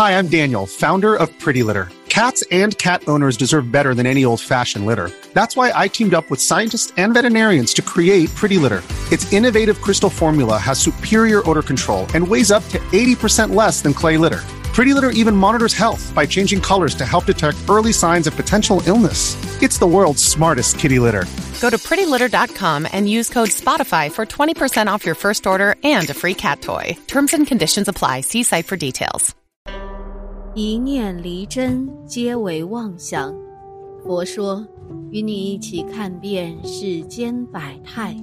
Hi, I'm Daniel, founder of Pretty Litter. Cats and cat owners deserve better than any old-fashioned litter. That's why I teamed up with scientists and veterinarians to create Pretty Litter. Its innovative crystal formula has superior odor control and weighs up to 80% less than clay litter. Pretty Litter even monitors health by changing colors to help detect early signs of potential illness. It's the world's smartest kitty litter. Go to prettylitter.com and use code SPOTIFY for 20% off your first order and a free cat toy. Terms and conditions apply. See site for details. 一念离真，皆为妄想。佛说，与你一起看遍世间百态。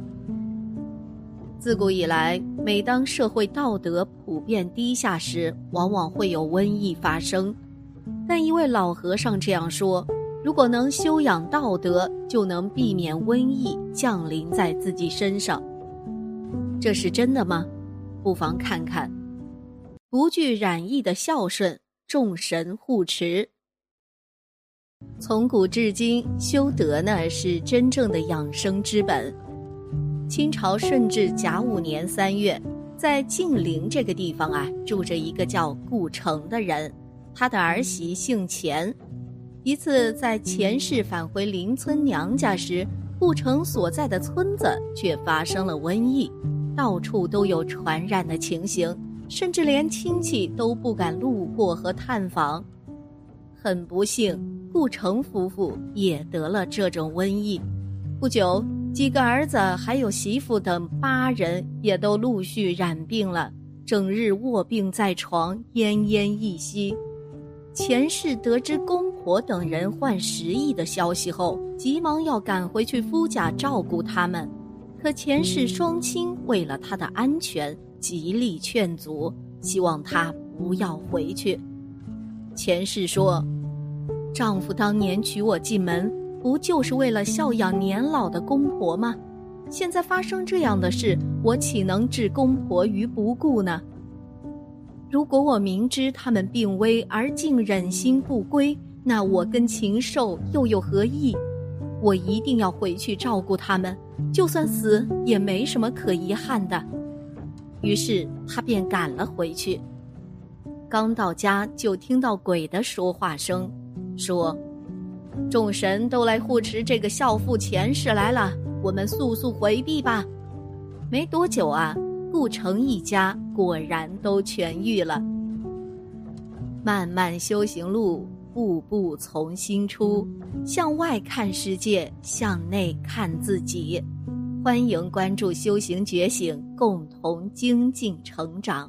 自古以来，每当社会道德普遍低下时，往往会有瘟疫发生。但一位老和尚这样说，如果能修养道德，就能避免瘟疫降临在自己身上。这是真的吗？不妨看看。不惧染疫的孝顺，众神护持。从古至今，修德呢是真正的养生之本。清朝顺治甲午年3月，在晋陵这个地方住着一个叫顾城的人，他的儿媳姓钱。一次在钱氏返回邻村娘家时，顾城所在的村子却发生了瘟疫，到处都有传染的情形，甚至连亲戚都不敢路过和探访。很不幸，顾城夫妇也得了这种瘟疫。不久，几个儿子还有媳妇等8人也都陆续染病了，整日卧病在床，奄奄一息。钱氏得知公婆等人患10疫的消息后，急忙要赶回去夫家照顾他们。可钱氏双亲为了他的安全，极力劝阻，希望他不要回去。钱氏说，丈夫当年娶我进门，不就是为了孝养年老的公婆吗？现在发生这样的事，我岂能置公婆于不顾呢？如果我明知他们病危而竟忍心不归，那我跟禽兽又有何异？我一定要回去照顾他们，就算死也没什么可遗憾的。于是他便赶了回去。刚到家就听到鬼的说话声，说，众神都来护持这个孝妇钱氏来了，我们速速回避吧。没多久顾城一家果然都痊愈了。漫漫修行路，步步从心出，向外看世界，向内看自己。欢迎关注修行觉醒，共同精进成长。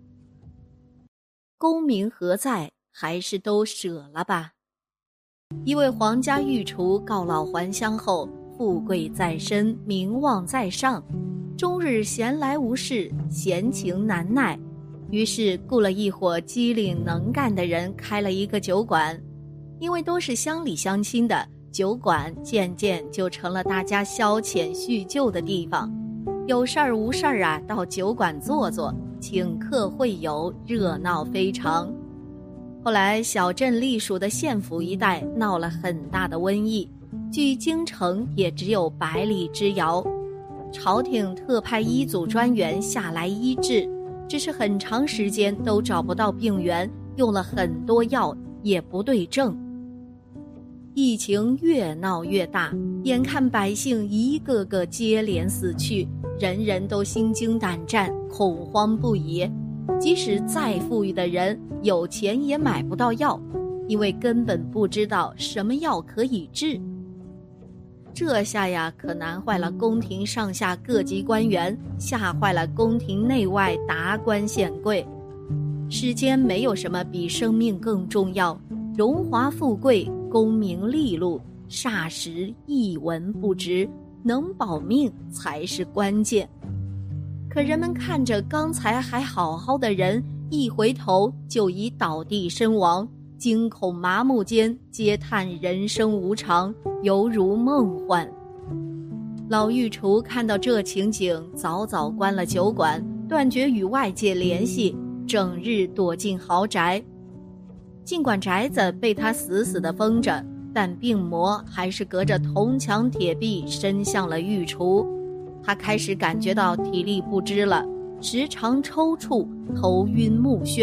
功名何在，还是都舍了吧。一位皇家御厨告老还乡后，富贵在身，名望在上，终日闲来无事，闲情难耐，于是雇了一伙机灵能干的人开了一个酒馆。因为都是乡里乡亲的，酒馆渐渐就成了大家消遣叙旧的地方。有事儿无事儿到酒馆坐坐，请客会友，热闹非常。后来小镇隶属的县府一带闹了很大的瘟疫，距京城也只有100里之遥。朝廷特派医组专员下来医治，只是很长时间都找不到病源，用了很多药也不对症。疫情越闹越大，眼看百姓一个个接连死去，人人都心惊胆战，恐慌不已。即使再富裕的人，有钱也买不到药，因为根本不知道什么药可以治。这下可难坏了宫廷上下各级官员，吓坏了宫廷内外达官显贵。世间没有什么比生命更重要，荣华富贵、功名利禄，霎时一文不值，能保命才是关键。可人们看着刚才还好好的人，一回头就已倒地身亡，惊恐麻木间，皆叹人生无常，犹如梦幻。老御厨看到这情景，早早关了酒馆，断绝与外界联系，整日躲进豪宅。尽管宅子被他死死地封着，但病魔还是隔着铜墙铁壁伸向了御厨。他开始感觉到体力不支了，时常抽搐，头晕目眩，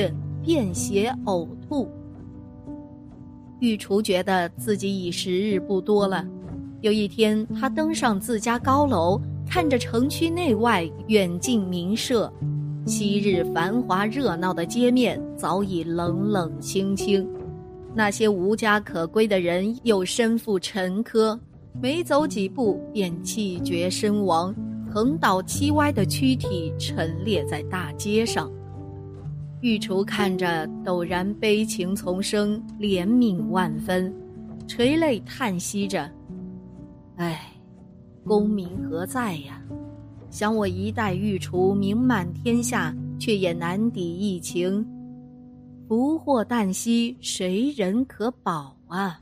便血呕吐。御厨觉得自己已时日不多了。有一天，他登上自家高楼，看着城区内外远近民舍，昔日繁华热闹的街面早已冷冷清清，那些无家可归的人又身负沉疴，没走几步便气绝身亡，横倒七歪的躯体陈列在大街上。御厨看着陡然悲情丛生，怜悯万分，垂泪叹息着，唉，功名何在呀？想我一代御厨名满天下，却也难抵疫情，福祸旦夕，谁人可保啊？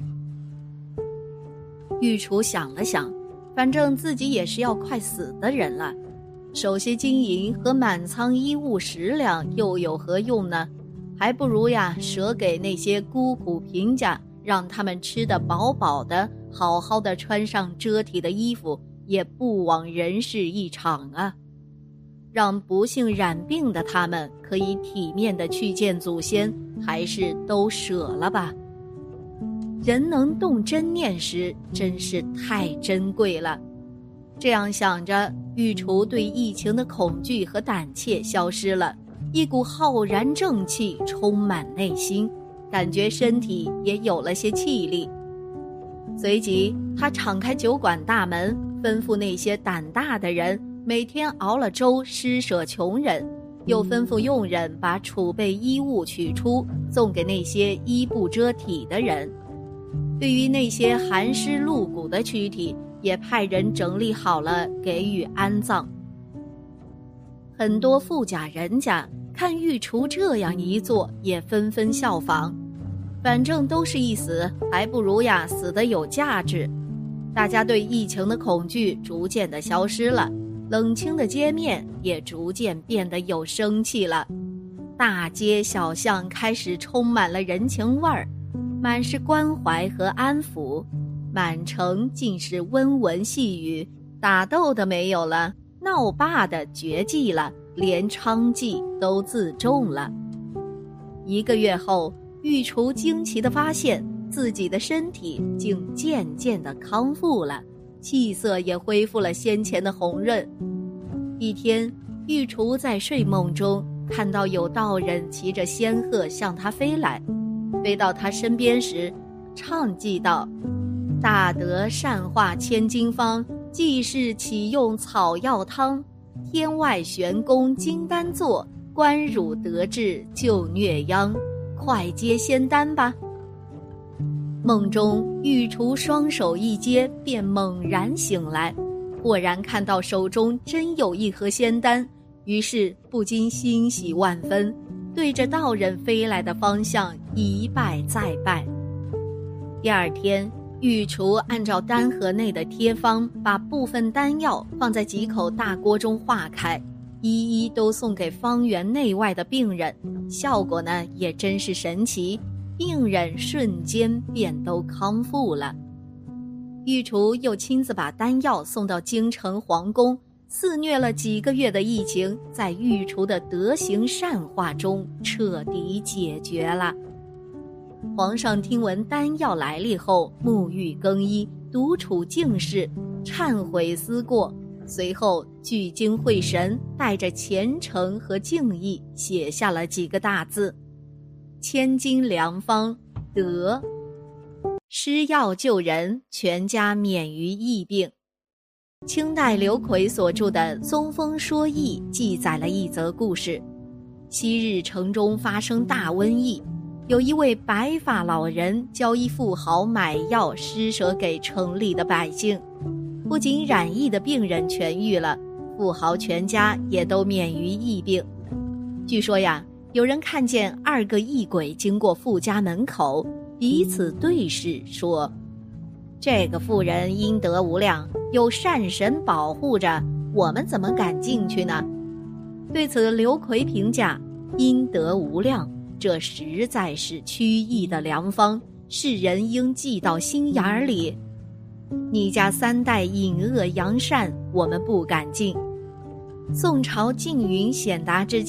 御厨想了想，反正自己也是要快死的人了，守些金银和满仓衣物食粮又有何用呢？还不如呀舍给那些孤苦贫家，让他们吃得饱饱的，好好的穿上遮体的衣服，也不枉人世一场啊。让不幸染病的他们可以体面地去见祖先，还是都舍了吧。人能动真念时，真是太珍贵了。这样想着，御厨对疫情的恐惧和胆怯消失了，一股浩然正气充满内心，感觉身体也有了些气力。随即他敞开酒馆大门，吩咐那些胆大的人每天熬了粥施舍穷人，又吩咐佣人把储备衣物取出，送给那些衣不遮体的人。对于那些寒湿露骨的躯体，也派人整理好了给予安葬。很多富家人家看御厨这样一做，也纷纷效仿，反正都是一死，还不如呀死得有价值。大家对疫情的恐惧逐渐的消失了，冷清的街面也逐渐变得有生气了，大街小巷开始充满了人情味儿，满是关怀和安抚，满城尽是温文细语，打斗的没有了，闹罢的绝迹了，连娼妓都自重了。1个月后，御厨惊奇地发现自己的身体竟渐渐地康复了，气色也恢复了先前的红润。一天，御厨在睡梦中看到有道人骑着仙鹤向他飞来，飞到他身边时，唱偈道：大德善化千金方，济世启用草药汤，天外玄功金丹作，观汝得志救疟殃，快接仙丹吧。梦中御厨双手一接，便猛然醒来，果然看到手中真有一盒仙丹，于是不禁欣喜万分，对着道人飞来的方向一拜再拜。第2天，御厨按照丹盒内的贴方，把部分丹药放在几口大锅中化开，一一都送给方圆内外的病人，效果呢也真是神奇，病人瞬间便都康复了。御厨又亲自把丹药送到京城皇宫，肆虐了几个月的疫情，在御厨的德行善化中彻底解决了。皇上听闻丹药来历后，沐浴更衣，独处静室，忏悔思过，随后聚精会神，带着虔诚和敬意，写下了几个大字：千金良方，德。施药救人，全家免于疫病。清代刘奎所著的《松风说疫》记载了一则故事。昔日城中发生大瘟疫，有一位白发老人教一富豪买药施舍给城里的百姓，不仅染疫的病人痊愈了，富豪全家也都免于疫病。据说呀，有人看见2个异鬼经过富家门口，彼此对视说：这个妇人阴德无量，有善神保护着，我们怎么敢进去呢？对此刘奎评价：阴德无量，这实在是驱疫的良方，世人应记到心眼里。你家3代隐恶扬善，我们不敢进。宋朝靖云显达之前，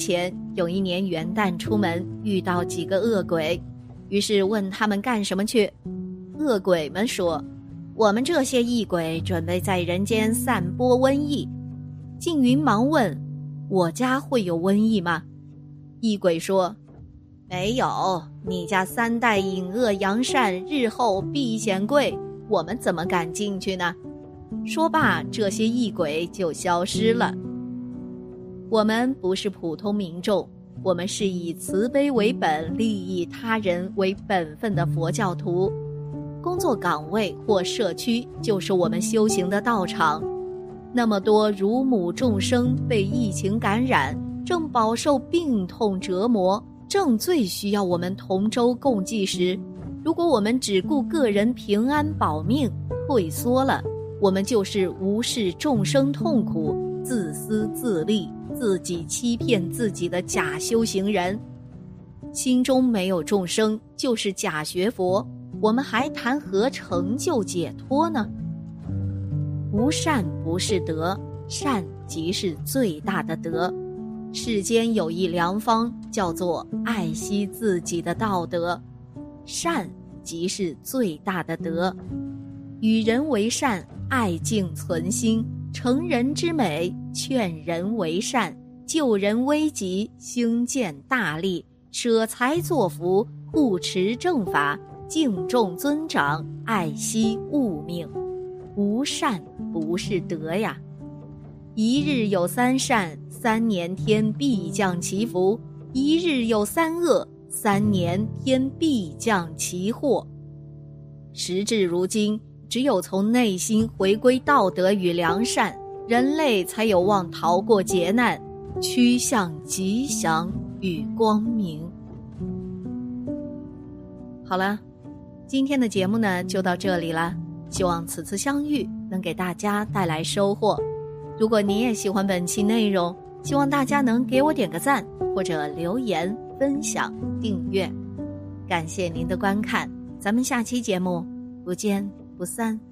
有一年元旦出门遇到几个恶鬼，于是问他们干什么去。恶鬼们说，我们这些异鬼准备在人间散播瘟疫。静云忙问，我家会有瘟疫吗？异鬼说，没有，你家3代隐恶扬善，日后必显贵，我们怎么敢进去呢？说罢，这些异鬼就消失了。我们不是普通民众，我们是以慈悲为本、利益他人为本分的佛教徒。工作岗位或社区就是我们修行的道场。那么多乳母众生被疫情感染，正饱受病痛折磨，正最需要我们同舟共济时，如果我们只顾个人平安保命，退缩了，我们就是无视众生痛苦、自私自利、自己欺骗自己的假修行人。心中没有众生，就是假学佛，我们还谈何成就解脱呢？无善不是德，善即是最大的德。世间有一良方，叫做爱惜自己的道德，善即是最大的德。与人为善，爱敬存心，成人之美，劝人为善，救人危急，兴建大利，舍财作福，护持正法，敬重尊长，爱惜物命。无善不是德呀。一日有3善，3年天必降其福；一日有3恶，3年天必降其祸。时至如今，只有从内心回归道德与良善，人类才有望逃过劫难，趋向吉祥与光明。好了，今天的节目呢就到这里了，希望此次相遇能给大家带来收获。如果您也喜欢本期内容，希望大家能给我点个赞，或者留言、分享、订阅。感谢您的观看，咱们下期节目不见不散。